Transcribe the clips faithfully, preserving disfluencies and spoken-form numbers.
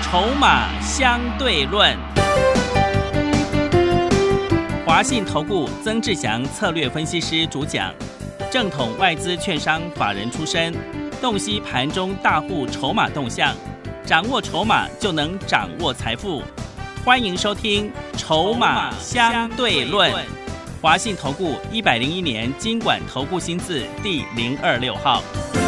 筹码相对论。华信投顾曾志祥策略分析师主讲，正统外资券商法人出身，洞悉盘中大户筹码动向，掌握筹码就能掌握财富。欢迎收听《筹码相对论》。华信投顾一百零一年金管投顾新字第零二六号。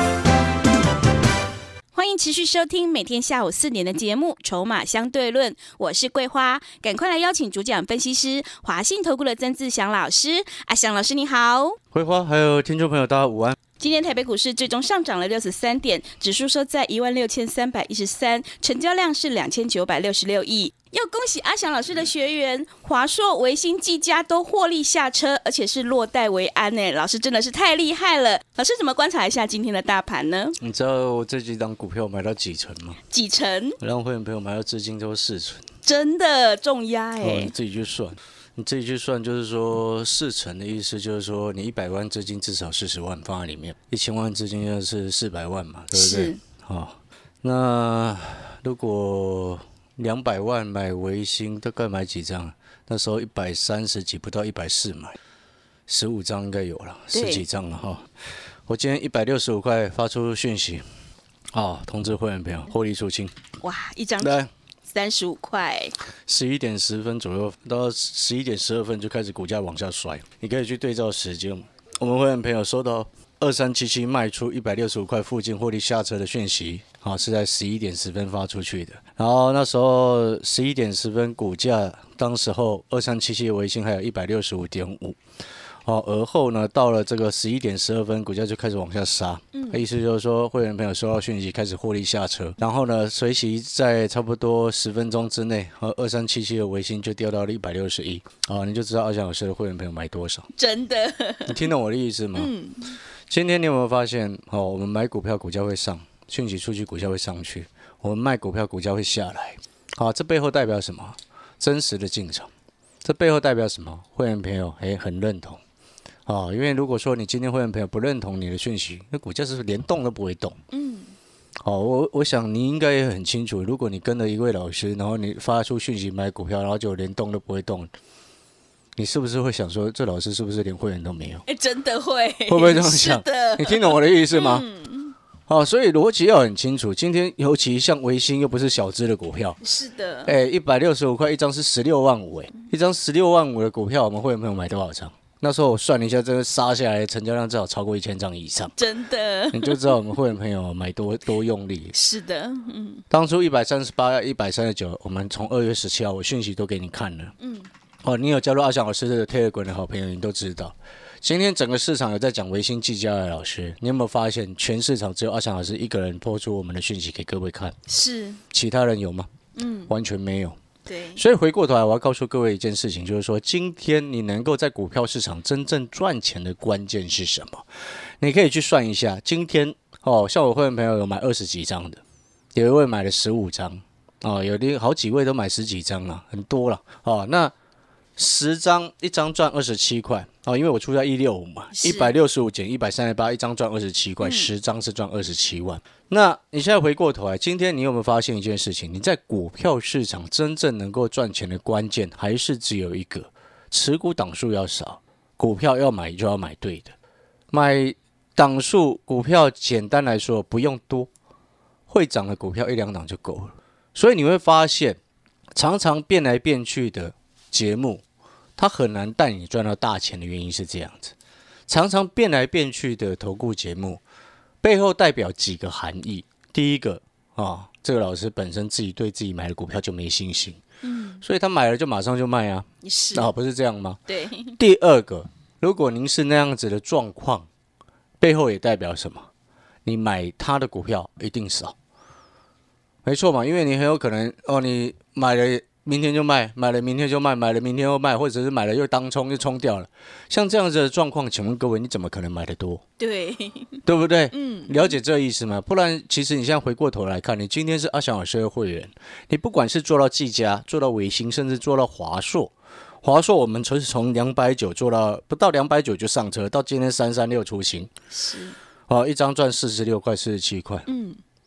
欢迎持续收听每天下午四点的节目《筹码相对论》，我是桂花，赶快来邀请主讲分析师华信投顾的曾志祥老师。阿祥老师你好。 桂花还有听众朋友大家午安。 今天台北股市最终上涨了六十三点，指数收在一万六千三百一十三，成交量是两千九百六十六亿。要恭喜阿翔老师的学员华硕、微星、技嘉都获利下车，而且是落袋为安呢。老师真的是太厉害了。老师怎么观察一下今天的大盘呢？ 你知道我这几档股票买到几成吗？ 几成？ 我让会员朋友买到资金都四成， 真的重压哎、 哦！你自己去算，你自己去算，就是说四成的意思就是说你一百万资金至少四十万放在里面，一千万资金就是四百万嘛，对不对？好、哦，那如果两百万买微星，大概买几张？那时候一百三十几，不到一百四买，十五张应该有了，十几张了哈。我今天一百六十五块发出讯息，哦，通知会员朋友获利出清。 哇，一张来三十五块， 十一点十分左右到十一点十二分就开始股价往下摔，你可以去对照时间。我们会员朋友收到二三七七卖出一百六十五块附近获利下车的讯息。好，是在十一点十分发出去的。然后那时候十一点十分，股价当时候二三七七的微星还有一百六十五点五。好，而后呢，到了这个十一点十二分，股价就开始往下杀。嗯，意思就是说，会员朋友收到讯息开始获利下车。然后呢，随即在差不多十分钟之内，和二三七七的微星就掉到了一百六十一。好，你就知道阿翔老师的会员朋友买多少。 真的， 你听懂我的意思吗？ 嗯。 今天你有没有发现？哦，我们买股票，股价会上。讯息出去，股价会上去；我们卖股票，股价会下来。好，这背后代表什么？真实的进场。这背后代表什么？会员朋友哎很认同。好，因为如果说你今天会员朋友不认同你的讯息，那股价是不是连动都不会动？嗯。好，我我想你应该也很清楚，如果你跟了一位老师，然后你发出讯息买股票，然后就连动都不会动，你是不是会想说，这老师是不是连会员都没有？ 哎，真的会。 会不会这样想？ 是的。 你听懂我的意思吗？ 嗯。 哦，所以逻辑要很清楚。今天尤其像微星又不是小资的股票， 是的， 哎，一百六十五块一张是十六万五，哎，一张十六万五的股票，我们会员朋友买多少张？那时候我算了一下，这个杀下来成交量至少超过一千张以上， 真的， 你就知道我们会员朋友买多多用力。 是的，嗯， 当初一百三十八、一百三十九，我们从二月十七号我讯息都给你看了，嗯，哦，你有加入阿翔老师的 Telegram 的好朋友，你都知道。今天整个市场有在讲微星技嘉的老师，你有没有发现全市场只有阿翔老师一个人播出我们的讯息给各位看？ 是， 其他人有吗？ 嗯， 完全没有。 对， 所以回过头来，我要告诉各位一件事情，就是说，今天你能够在股票市场真正赚钱的关键是什么？你可以去算一下，今天哦，像我会员朋友有买二十几张的，有一位买了十五张，哦，有的好几位都买十几张了，很多了，哦，那。十张一张赚二十七块哦，因为我出在一六五嘛，一百六十五减一百三十八，一张赚二十七块，十、嗯、张是赚二十七万。那你现在回过头来，今天你有没有发现一件事情？你在股票市场真正能够赚钱的关键，还是只有一个：持股档数要少，股票要买就要买对的。买档数股票简单来说不用多，会涨的股票一两档就够了。所以你会发现，常常变来变去的节目。它很难带你赚到大钱的原因是这样子，常常变来变去的投顾节目背后代表几个含义。第一个啊，这个老师本身自己对自己买的股票就没信心，嗯，所以他买了就马上就卖啊， 是啊，不是这样吗？ 对。 第二个，如果您是那样子的状况，背后也代表什么？你买他的股票一定少，没错嘛，因为你很有可能哦，你买了。明天就卖，买了明天就卖，买了明天又卖，或者是买了又当冲又冲掉了，像这样子的状况，请问各位，你怎么可能买得多？ 对， 对不对？ 嗯， 了解这意思吗？不然，其实你现在回过头来看，你今天是阿翔老师的会员，你不管是做到技嘉，做到微星，甚至做到华硕，华硕我们从从两百九做到不到两百九就上车，到今天三三六出行， 是， 哦，一张赚四十六块、四十七块， 嗯。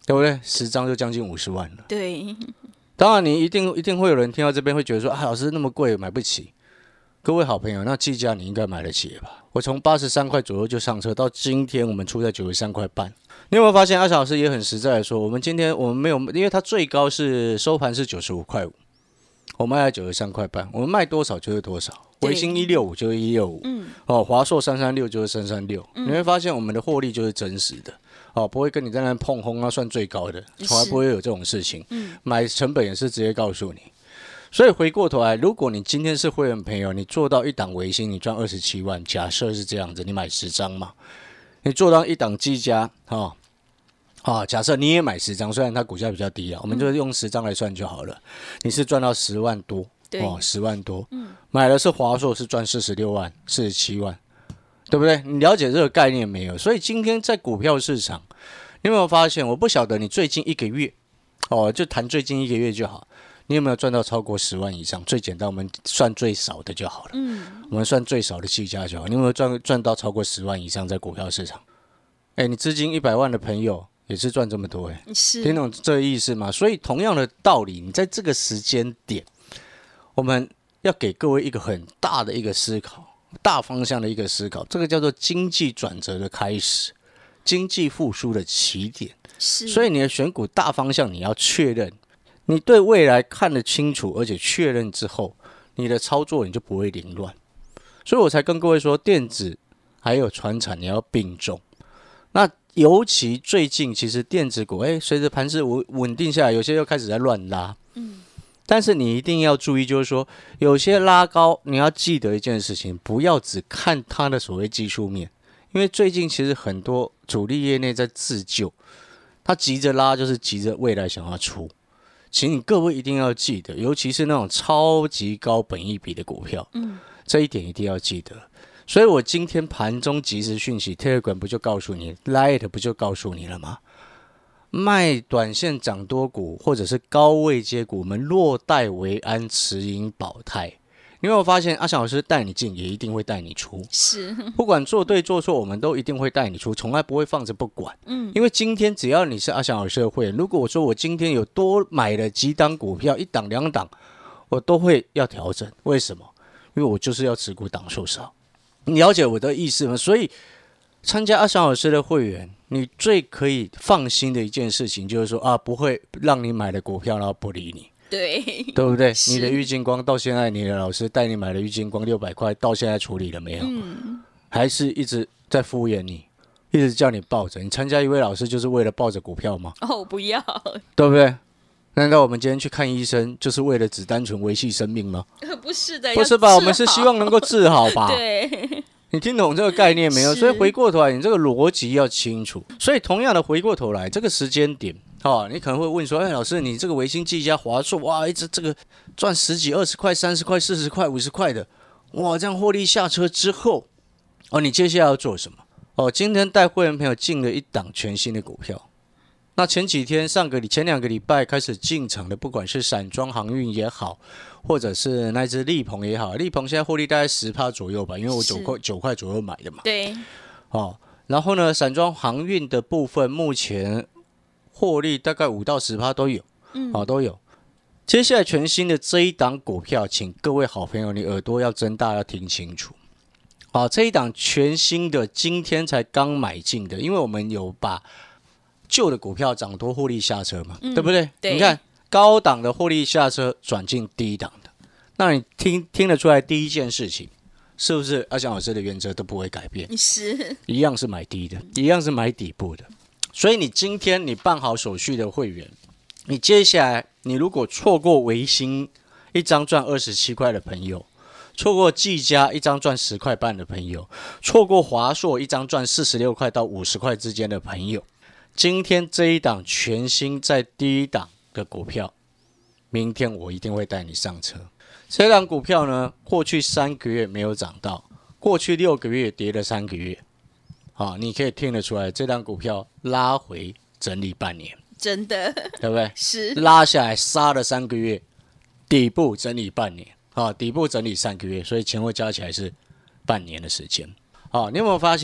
对不对？十张就将近五十万了。 对， 当然你一定一定会有人听到这边会觉得说，啊，老师那么贵买不起。各位好朋友，那技嘉你应该买得起吧？我从八十三块左右就上车，到今天我们出在九十三块半。你有没有发现阿翔老师也很实在的说，我们今天我们没有，因为它最高是收盘是九十五块五，我卖在九十三块半，我们卖多少就是多少。微星一六五就是一六五，嗯，哦，华硕三三六就是三三六，你会发现我们的获利就是真实的。哦，不会跟你在那碰轰啊，算最高的，从来不会有这种事情。嗯，买成本也是直接告诉你。所以回过头来，如果你今天是会员朋友，你做到一档微星，你赚二十七万，假设是这样子，你买十张嘛，你做到一档技嘉，哈、哦，啊，假设你也买十张，虽然它股价比较低啊，我们就用十张来算就好了。你是赚到十万多，哦，十万多，嗯，买的是华硕是赚四十六万、四十七万。对不对？你了解这个概念没有？所以今天在股票市场，你有没有发现？我不晓得你最近一个月，哦，就谈最近一个月就好。你有没有赚到超过十万以上？最简单，我们算最少的就好了。嗯，我们算最少的技嘉就好。你有没有赚赚到超过十万以上在股票市场？哎，你资金一百万的朋友也是赚这么多哎， 是听懂这个意思吗？所以同样的道理，你在这个时间点，我们要给各位一个很大的一个思考。大方向的一个思考，这个叫做经济转折的开始，经济复苏的起点。所以你的选股大方向你要确认，你对未来看得清楚，而且确认之后，你的操作你就不会凌乱。所以我才跟各位说，电子还有传产你要并重。那尤其最近其实电子股，哎，随着盘势稳定下来，有些又开始在乱拉。嗯。但是你一定要注意，就是说有些拉高，你要记得一件事情，不要只看它的所谓技术面，因为最近其实很多主力业内在自救，他急着拉就是急着未来想要出，请你各位一定要记得，尤其是那种超级高本益比的股票，嗯，这一点一定要记得。所以我今天盘中即时讯息 Telegram 不就告诉你 ，Light 不就告诉你了吗？卖短线涨多股或者是高位接股，我们落袋为安，持盈保泰。你有没有发现阿翔老师带你进也一定会带你出， 是不管做对做错我们都一定会带你出，从来不会放着不管。嗯，因为今天只要你是阿翔老师的会员，如果我说我今天有多买了几档股票，一档两档，我都会要调整。为什么？因为我就是要持股档数少。你了解我的意思吗？所以参加阿翔老师的会员，你最可以放心的一件事情就是说啊，不会让你买了股票然后不理你， 对对不对？你的郁金光到现在，你的老师带你买了郁金光六百块，到现在处理了没有？嗯，还是一直在敷衍你，一直叫你抱着。你参加一位老师就是为了抱着股票吗？ 哦，不要， 对不对？难道我们今天去看医生就是为了只单纯维系生命吗？ 不是的， 不是吧？我们是希望能够治好吧？ 对。 你听懂这个概念没有？所以回过头来，你这个逻辑要清楚。所以同样的，回过头来，这个时间点，哦，你可能会问说：“哎，老师，你这个微星技嘉、华硕，哇，一直这个赚十几、二十块、三十块、四十块、五十块的，哇，这样获利下车之后，哦，你接下来要做什么？哦，今天带会员朋友进了一档全新的股票。那前几天、上个礼、前两个礼拜开始进场的，不管是散装航运也好，或者是那只力鹏也好，力鹏现在获利大概 百分之十 左右吧，因为我九块九块左右买的嘛。 对。 哦，然后呢，散装航运的部分目前获利大概 百分之五到百分之十 都有，嗯，哦，都有。接下来全新的这一档股票，请各位好朋友，你耳朵要睁大，要听清楚。哦，这一档全新的，今天才刚买进的，因为我们有把旧的股票涨多获利下车嘛，嗯、对不对？ 对， 你看高档的获利下车转进低档的，那你听听得出来第一件事情是不是阿翔老师的原则都不会改变？ 是， 一样是买低的，一样是买底部的。所以你今天你办好手续的会员，你接下来你如果错过微星一张赚二十七块的朋友，错过技嘉一张赚十块半的朋友，错过华硕一张赚四十六块到五十块之间的朋友，今天这一档全新在低档的股票，明天我一定会带你上车。这档股票呢，过去三个月没有涨到，过去六个月跌了三个月，好，你可以听得出来，这档股票拉回整理半年， 真的， 对不对？ 是拉下来杀了三个月，底部整理半年，好，底部整理三个月，所以前后加起来是半年的时间。好，你有没有发现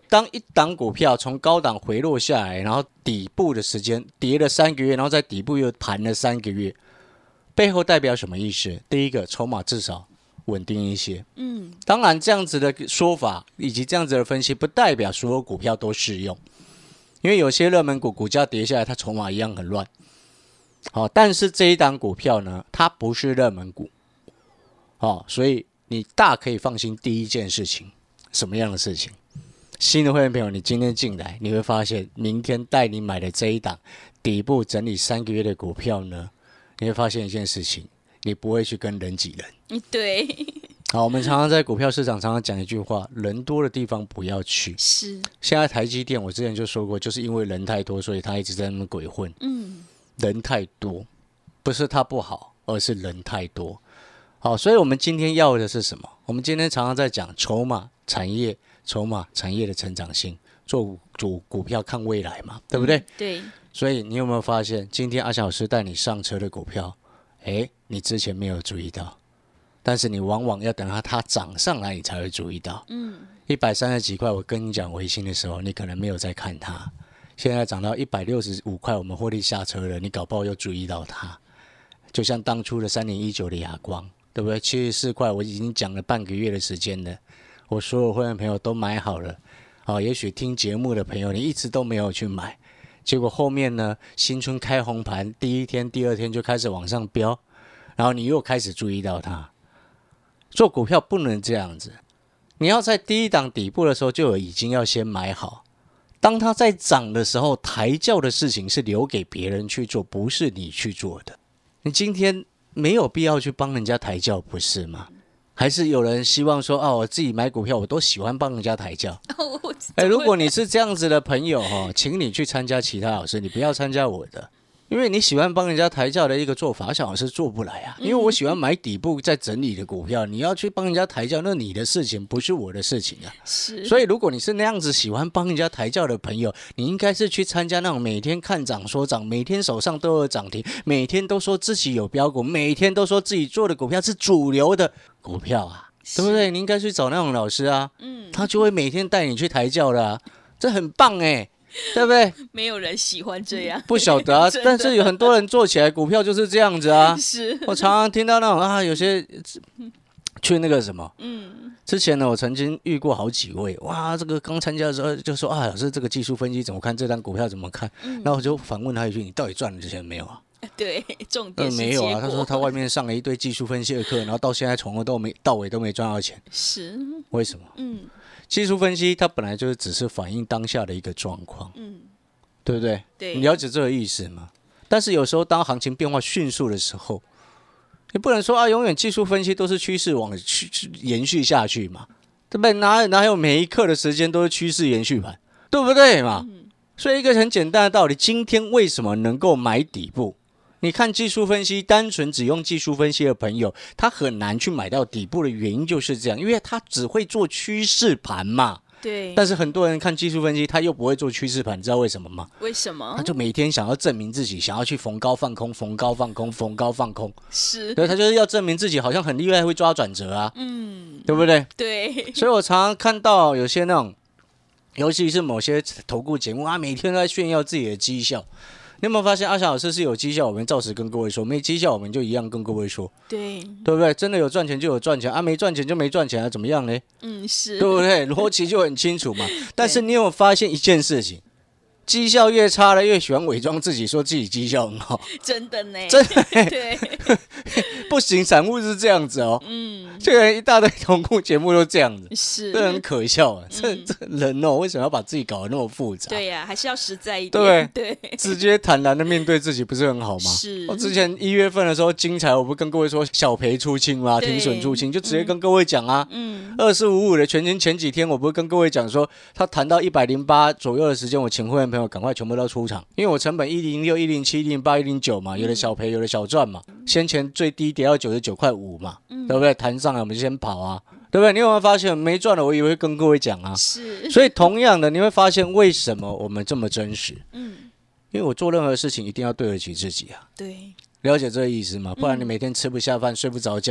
当一档股票从高档回落下来，然后底部的时间跌了三个月，然后在底部又盘了三个月，背后代表什么意思？第一个，筹码至少稳定一些。嗯，当然这样子的说法以及这样子的分析，不代表所有股票都适用，因为有些热门股股价跌下来，它筹码一样很乱。好，但是这一档股票呢，它不是热门股，好，所以你大可以放心。第一件事情，什么样的事情？新的会员朋友，你今天进来，你会发现，明天带你买的这一档底部整理三个月的股票呢，你会发现一件事情，你不会去跟人挤人。 对。 好，我们常常在股票市场常常讲一句话：人多的地方不要去。 是。 现在台积电，我之前就说过，就是因为人太多，所以他一直在那边鬼混。嗯。人太多，不是他不好，而是人太多。好，所以我们今天要的是什么？我们今天常常在讲筹码、产业、筹码、产业的成长性，做主股票看未来嘛，对不对？ 嗯、对。 所以你有没有发现，今天阿翔老师带你上车的股票，哎，你之前没有注意到，但是你往往要等它它涨上来，你才会注意到。嗯。一百三十几块，我跟你讲微信的时候，你可能没有在看它。现在涨到一百六十五块，我们获利下车了，你搞不好又注意到它。就像当初的三零一九的亚光，对不对？七十四块，我已经讲了半个月的时间了，我所有会员朋友都买好了。好，也许听节目的朋友，你一直都没有去买，结果后面呢，新春开红盘，第一天、第二天就开始往上飙，然后你又开始注意到它。做股票不能这样子，你要在第一档底部的时候就已经要先买好。当它在涨的时候，抬轿的事情是留给别人去做，不是你去做的。你今天没有必要去帮人家抬轿，不是吗？还是有人希望说，哦，我自己买股票，我都喜欢帮人家抬轿。哎，如果你是这样子的朋友哈，请你去参加其他老师，你不要参加我的。因为你喜欢帮人家抬轿的一个做法，小老师做不来啊。因为我喜欢买底部在整理的股票，你要去帮人家抬轿，那你的事情不是我的事情啊。 是。 所以如果你是那样子喜欢帮人家抬轿的朋友，你应该是去参加那种每天看涨说涨，每天手上都有涨停，每天都说自己有标股，每天都说自己做的股票是主流的股票啊，对不对？你应该去找那种老师啊，嗯，他就会每天带你去抬轿的啊，这很棒哎、欸。对不对？ 没有人喜欢这样， 不晓得啊。但是有很多人做起来股票就是这样子啊。 是， 我常常听到那种啊，有些去那个什么，嗯，之前呢，我曾经遇过好几位，哇，这个刚参加的时候就说啊，老师这个技术分析怎么看，这单股票怎么看？嗯、然后我就反问他一句，你到底赚了这钱没有啊？ 对，重点是、 呃、没有啊。他说他外面上了一堆技术分析的课，然后到现在从头到没到尾都没赚到钱。 是， 为什么？ 嗯。 技术分析它本来就是只是反映当下的一个状况，嗯，对不对？ 对， 你了解这个意思吗？但是有时候当行情变化迅速的时候，你不能说啊，永远技术分析都是趋势往延续下去嘛，对不对？哪哪有每一刻的时间都是趋势延续盘，对不对嘛？嗯、所以一个很简单的道理，今天为什么能够买底部？你看技术分析，单纯只用技术分析的朋友，他很难去买到底部的原因就是这样，因为他只会做趋势盘嘛。 对。 但是很多人看技术分析，他又不会做趋势盘，你知道为什么吗？ 为什么？ 他就每天想要证明自己，想要去逢高放空，逢高放空，逢高放空。 是。 对，他就是要证明自己好像很厉害，会抓转折啊。嗯。对不对？ 对。 所以我常常看到有些那种，尤其是某些投顾节目啊，每天都在炫耀自己的绩效。你有没有发现阿翔老师是有绩效，我们照实跟各位说；没绩效，我们就一样跟各位说。 对， 对不对？真的有赚钱就有赚钱啊，没赚钱就没赚钱啊，怎么样呢？ 嗯，是， 对不对？逻辑就很清楚嘛。但是你有没有发现一件事情？绩效越差的越喜欢伪装自己，说自己绩效很好。 真的呢， 真的、欸、 对， 不行，散户是这样子哦。嗯，这个一大堆同顾节目都这样子， 是， 这很可笑啊。嗯、这这人哦，为什么要把自己搞得那么复杂？ 对呀、啊，还是要实在一点。 对对， 直接坦然的面对自己，不是很好吗？ 是。 我之前一月份的时候，精彩，我不跟各位说小赔出清吗？停损出清，就直接跟各位讲啊。嗯。二四五五的全金前几天，我不是跟各位讲说，他谈到一百零八左右的时间，我请会员朋友赶快全部都出场，因为我成本一零六、一零七、一零八、一零九嘛，有的小赔，有的小赚嘛。先前最低跌到九十九块五嘛，嗯、对不对？弹上来我们就先跑啊，对不对？你有没有发现没赚了？我以为会跟各位讲啊。 是。 所以同样的，你会发现为什么我们这么真实？嗯，因为我做任何事情一定要对得起自己啊。 对。 了解这个意思吗？不然你每天吃不下饭、睡不着觉，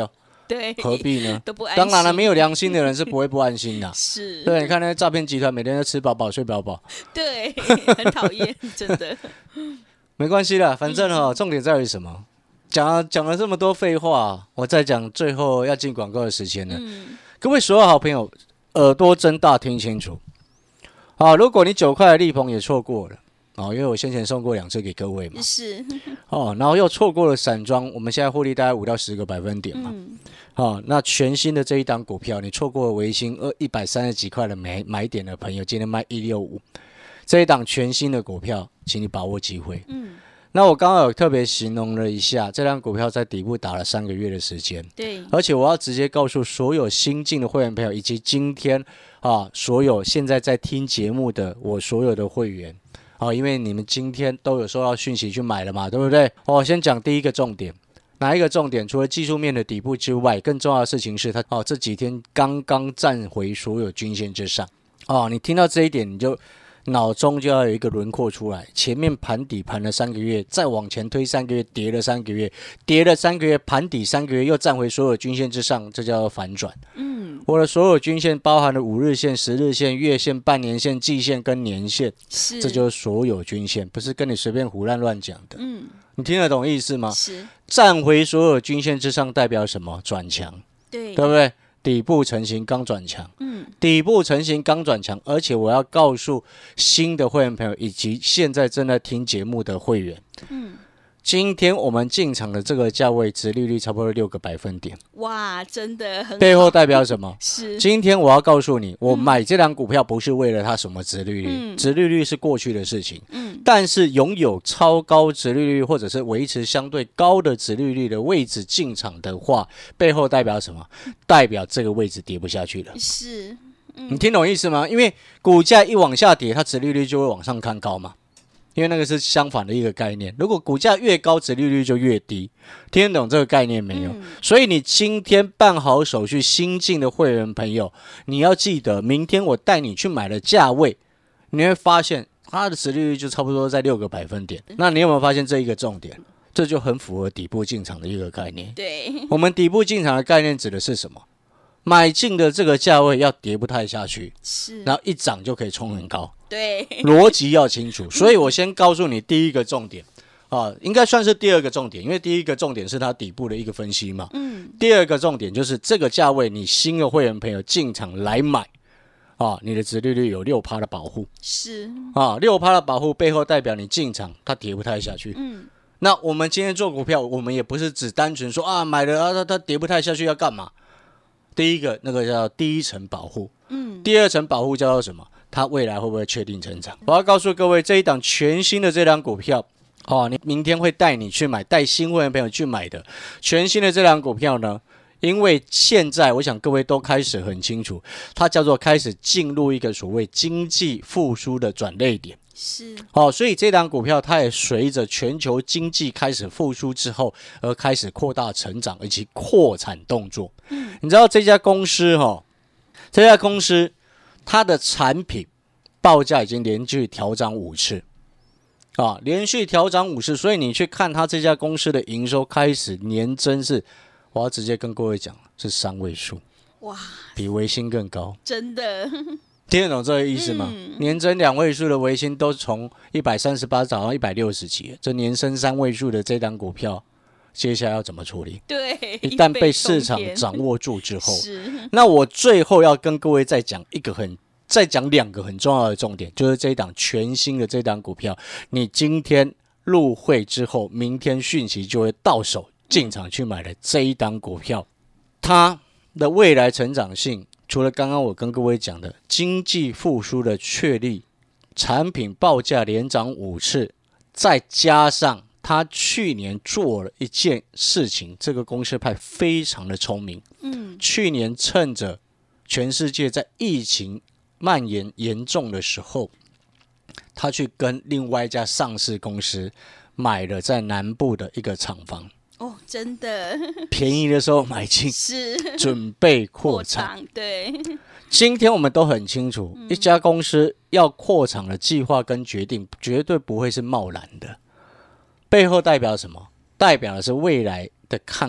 对， 何必呢？ 都不安心。 当然了，没有良心的人是不会不安心的。 是， 对，你看那些诈骗集团每天都吃饱饱睡饱饱， 对，很讨厌，真的。 没关系啦，反正哦，重点在于什么？讲了讲了这么多废话，我再讲最后要进广告的时间了。 嗯， 各位所有好朋友，耳朵睁大听清楚。好，如果你九块的力鹏也错过了。哦，因为我先前送过两次给各位嘛， 是哦，然后又错过了散装，我们现在获利大概五到十个百分点嘛， 嗯， 好、哦，那全新的这一档股票，你错过了微星二一百三十几块的买买点的朋友，今天卖一六五，这一档全新的股票，请你把握机会。 嗯， 那我刚刚有特别形容了一下，这档股票在底部打了三个月的时间， 对， 而且我要直接告诉所有新进的会员朋友，以及今天啊所有现在在听节目的我所有的会员。哦，因为你们今天都有收到讯息去买了嘛，对不对？我、哦、先讲第一个重点，哪一个重点？除了技术面的底部之外，更重要的事情是它哦这几天刚刚站回所有均线之上。哦，你听到这一点，你就脑中就要有一个轮廓出来。前面盘底盘了三个月，再往前推三个月，跌了三个月，跌了三个月，盘底三个月，又站回所有均线之上，这叫做反转。嗯，我的所有均线包含了五日线、十日线、月线、半年线、季线跟年线， 是， 这就是所有均线，不是跟你随便胡乱乱讲的。 嗯， 你听得懂意思吗？ 是， 站回所有均线之上代表什么？转强， 对， 对不对？底部成型刚转强， 嗯， 底部成型刚转强，而且我要告诉新的会员朋友以及现在正在听节目的会员，嗯，今天我们进场的这个价位，殖利率差不多六个百分点， 哇，真的很好， 背后代表什么？ 是， 今天我要告诉你，我买这档股票不是为了它什么殖利率， 嗯， 殖利率是过去的事情， 嗯， 但是拥有超高殖利率或者是维持相对高的殖利率的位置进场的话，背后代表什么？代表这个位置跌不下去了。 是，嗯， 你听懂意思吗？因为股价一往下跌，它殖利率就会往上看高嘛。因为那个是相反的一个概念，如果股价越高，殖利率就越低，听得懂这个概念没有？嗯、所以你今天办好手续，新进的会员朋友，你要记得，明天我带你去买的价位，你会发现它的殖利率就差不多在六个百分点。那你有没有发现这一个重点？这就很符合底部进场的一个概念。 对， 我们底部进场的概念指的是什么？买进的这个价位要跌不太下去， 是， 然后一涨就可以冲很高。 对， 逻辑要清楚，所以我先告诉你第一个重点啊，应该算是第二个重点，因为第一个重点是它底部的一个分析嘛。嗯。第二个重点就是这个价位，你新的会员朋友进场来买啊，你的殖利率有 百分之六 的保护。 是啊 ，百分之六 的保护背后代表你进场它跌不太下去。嗯。那我们今天做股票，我们也不是只单纯说啊买了啊它它跌不太下去要干嘛？第一个那个叫第一层保护，嗯，第二层保护叫做什么？它未来会不会确定成长？我要告诉各位，这一档全新的这档股票，哦，你明天会带你去买，带新会员朋友去买的全新的这档股票呢？因为现在我想各位都开始很清楚，它叫做开始进入一个所谓经济复苏的转捩点。 是， 好、哦，所以这档股票它也随着全球经济开始复苏之后，而开始扩大成长以及扩产动作。嗯，你知道这家公司哈、哦，这家公司它的产品报价已经连续调涨五次，啊，连续调涨五次，所以你去看它这家公司的营收开始年增是，我要直接跟各位讲是三位数， 哇， 比微星更高， 真的。 听得懂这个意思吗？嗯、年增两位数的微星都从一百三十八涨到一百六十几，这年升三位数的这档股票，接下来要怎么处理？ 对， 一旦被市场掌握住之后，那我最后要跟各位再讲一个很，再讲两个很重要的重点，就是这一档全新的这档股票，你今天入会之后，明天讯息就会到手，进场去买的这一档股票，它的未来成长性。除了刚刚我跟各位讲的经济复苏的确立，产品报价连涨五次，再加上他去年做了一件事情，这个公司派非常的聪明。嗯，去年趁着全世界在疫情蔓延严重的时候，他去跟另外一家上市公司买了在南部的一个厂房。 哦，真的， 便宜的时候买进， 是准备扩产。 扩对， 今天我们都很清楚，嗯、一家公司要扩产的计划跟决定，绝对不会是贸然的。背后代表什么？代表的是未来的看好，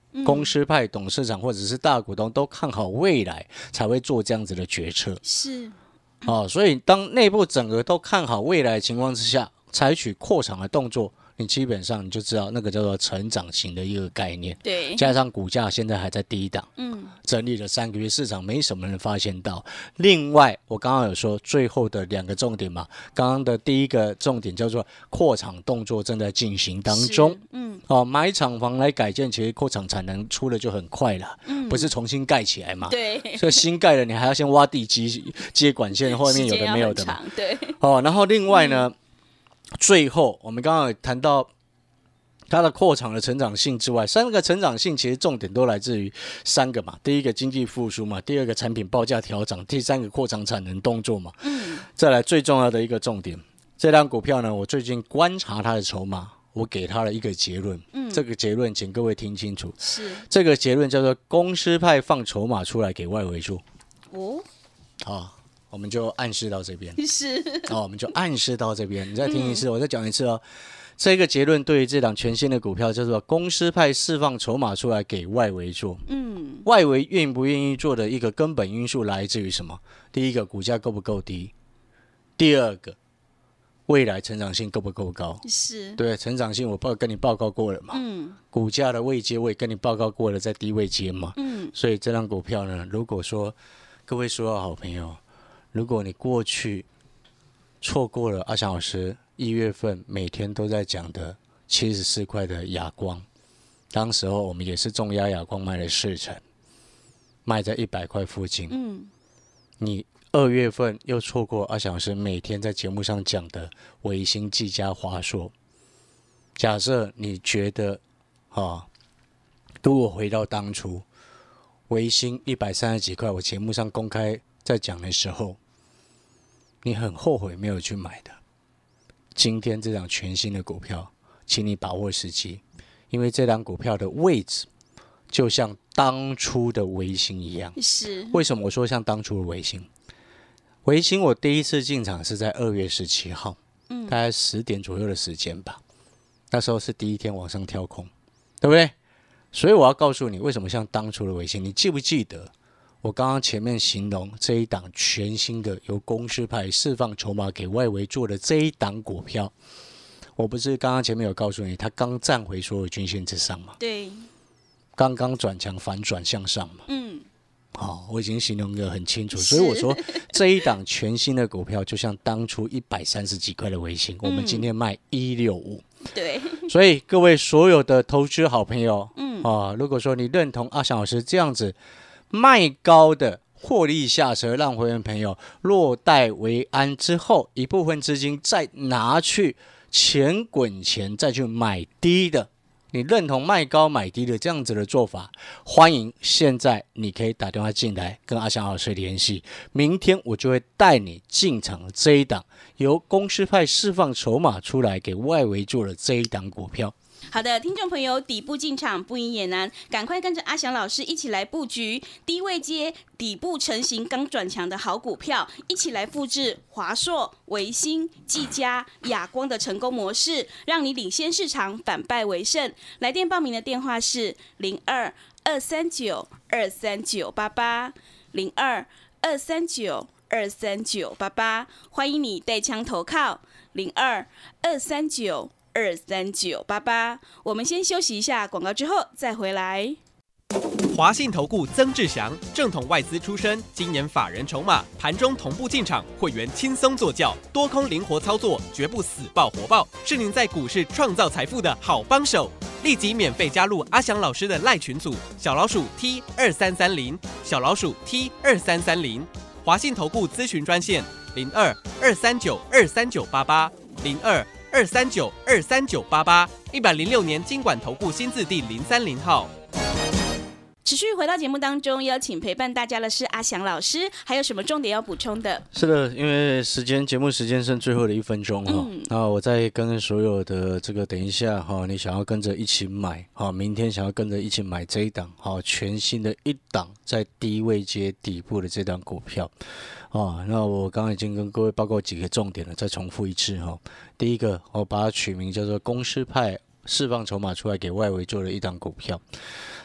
公司派董事长或者是大股东都看好未来，才会做这样子的决策。 是， 哦，所以当内部整个都看好未来的情况之下，采取扩厂的动作，你基本上你就知道那个叫做成长型的一个概念。 对， 加上股价现在还在低档，嗯，整理了三个月，市场没什么人发现到。另外，我刚刚有说最后的两个重点嘛，刚刚的第一个重点叫做扩厂动作正在进行当中，嗯，哦，买厂房来改建，其实扩厂产能出了就很快了，嗯，不是重新盖起来嘛， 对， 所以新盖了你还要先挖地基、接管线，后面有的没有的嘛， 对， 哦，然后另外呢。嗯最后，我们刚刚有谈到它的扩厂的成长性之外，三个成长性其实重点都来自于三个嘛。第一个经济复苏嘛，第二个产品报价调整，第三个扩厂产能动作嘛。嗯。再来最重要的一个重点，这张股票呢，我最近观察它的筹码，我给它了一个结论。嗯。这个结论，请各位听清楚。 是。 这个结论叫做公司派放筹码出来给外围做。哦。好。我们就暗示到这边， 是哦，我们就暗示到这边。你再听一次，嗯、我再讲一次哦。这个结论对于这档全新的股票叫做公司派释放筹码出来给外围做。嗯，外围愿不愿意做的一个根本因素来自于什么？第一个，股价够不够低；第二个，未来成长性够不够高？ 是， 对，成长性我报跟你报告过了嘛。嗯，股价的位阶我也跟你报告过了，在低位阶嘛。嗯，所以这档股票呢，如果说各位所有好朋友。如果你过去错过了阿翔老师一月份每天都在讲的七十四块的亚光，当时候我们也是重压亚光卖了四成，卖在一百块附近。嗯，你二月份又错过阿翔老师每天在节目上讲的微星、技嘉、华硕。假设你觉得，啊，如果回到当初微星一百三十几块，我节目上公开。在讲的时候，你很后悔没有去买的。今天这档全新的股票，请你把握时机，因为这档股票的位置就像当初的微星一样。 是。 为什么我说像当初的微星？微星我第一次进场是在二月十七号，嗯，大概十点左右的时间吧。那时候是第一天往上跳空，对不对？所以我要告诉你，为什么像当初的微星？你记不记得？我刚刚前面形容这一档全新的由公司派释放筹码给外围做的这一档股票，我不是刚刚前面有告诉你，它刚站回所有均线之上嘛？ 对， 刚刚转强反转向上嘛？嗯，好、哦，我已经形容得很清楚，所以我说这一档全新的股票就像当初一百三十几块的微星，嗯、我们今天卖一六五。 对， 所以各位所有的投资好朋友，嗯啊，如果说你认同阿翔老师这样子。卖高的获利下车，让会员朋友落袋为安之后，一部分资金再拿去钱滚钱，再去买低的。你认同卖高买低的这样子的做法，欢迎现在你可以打电话进来跟阿翔老师联系，明天我就会带你进场这一档由公司派释放筹码出来给外围做的这一档股票。 好的，听众朋友，底部进场不赢也难，赶快跟着阿翔老师一起来布局低位阶底部成型刚转强的好股票，一起来复制华硕、微星、技嘉、亚光的成功模式，让你领先市场，反败为胜。来电报名的电话是零二二三九二三九八八零二二三九二三九八八，欢迎你带枪投靠零二二三九。二三九八八，我们先休息一下广告，之后再回来。 华信投顾曾志祥，正统外资出身，今年法人筹码，盘中同步进场，会员轻松做教，多空灵活操作，绝不死抱活抱，是您在股市创造财富的好帮手。立即免费加入阿翔老师的赖群组，小老鼠 T 二三三零，小老鼠 T 二三三零，华信投顾咨询专线零二二三九二三九八八零二。二三九二三九八八，一百零六年金管投顾新字第零三零号。 持续回到节目当中，邀请陪伴大家的是阿翔老师，还有什么重点要补充的？ 是的，因为时间节目时间剩最后的一分钟哈，嗯、那我再跟所有的这个等一下哈，你想要跟着一起买哈，明天想要跟着一起买这一档哈，全新的一档在低位阶底部的这档股票。哦，那我刚刚已经跟各位报告几个重点了，再重复一次哈。第一个，我把它取名叫做公司派释放筹码出来给外围做了一档股票。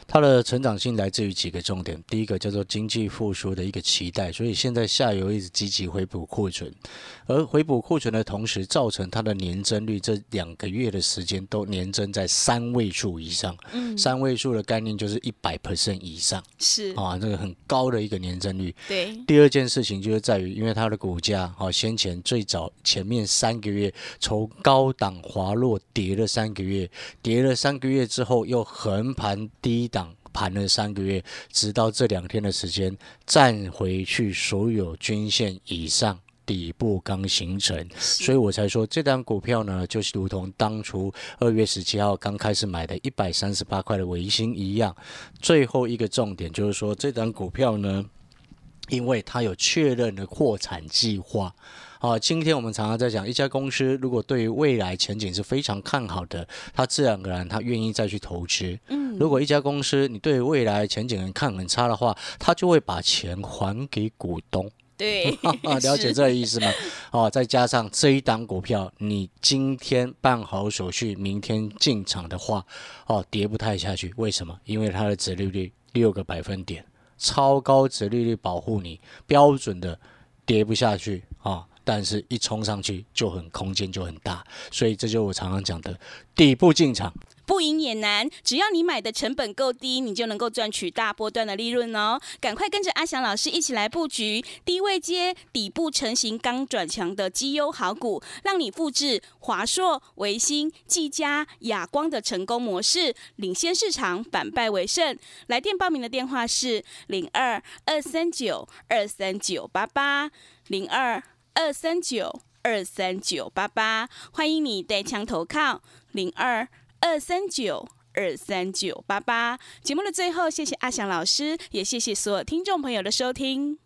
它的成长性来自于几个重点，第一个叫做经济复苏的一个期待，所以现在下游一直积极回补库存，而回补库存的同时，造成它的年增率这两个月的时间都年增在三位数以上。嗯，三位数的概念就是一百 percent 以上， 是啊，这个很高的一个年增率。 对， 第二件事情就是在于，因为它的股价，啊，先前最早前面三个月从高档滑落跌了三个月，跌了三个月之后又横盘低档盘了三个月，直到这两天的时间站回去所有均线以上，底部刚形成，所以我才说这档股票呢，就是如同当初二月十七号刚开始买的一百三十八块的微星一样。最后一个重点就是说，这档股票呢，因为它有确认的扩产计划。啊，今天我们常常在讲，一家公司如果对于未来前景是非常看好的，它自然而然它愿意再去投资。嗯，如果一家公司你对未来前景很看很差的话，它就会把钱还给股东。 对， 了解这个意思吗？哦，再加上这一档股票，你今天办好手续，明天进场的话，哦，跌不太下去。为什么？因为它的殖利率六个百分点，超高殖利率保护你，标准的跌不下去啊。哦，但是一冲上去就很空间就很大，所以这就是我常常讲的底部进场。 不赢也难，只要你买的成本够低，你就能够赚取大波段的利润哦。赶快跟着阿翔老师一起来布局低位阶底部成型刚转强的绩优好股，让你复制华硕、微星、技嘉、亚光的成功模式，领先市场，反败为胜。来电报名的电话是零二二三九二三九八八零二二三九二三九八八，欢迎你带枪投靠零二二三九二三九八八。节目的最后，谢谢阿翔老师，也谢谢所有听众朋友的收听。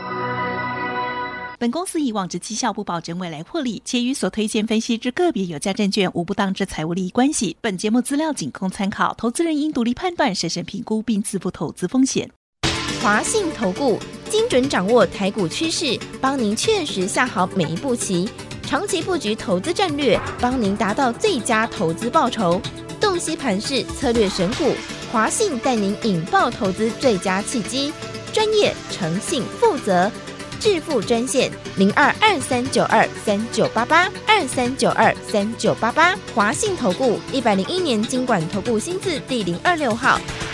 本公司以往之绩效不保证未来获利，且与所推荐分析之个别有价证券无不当之财务利益关系。本节目资料仅供参考，投资人应独立判断、审慎评估并自负投资风险。 华信投顾精准掌握台股趋势，帮您确实下好每一步棋，长期布局投资战略，帮您达到最佳投资报酬。洞悉盘势，策略选股，华信带您引爆投资最佳契机，专业、诚信、负责。致富专线零二二三九二三九八八二三九二三九八八，华信投顾一百零一年金管投顾新字第零二六号。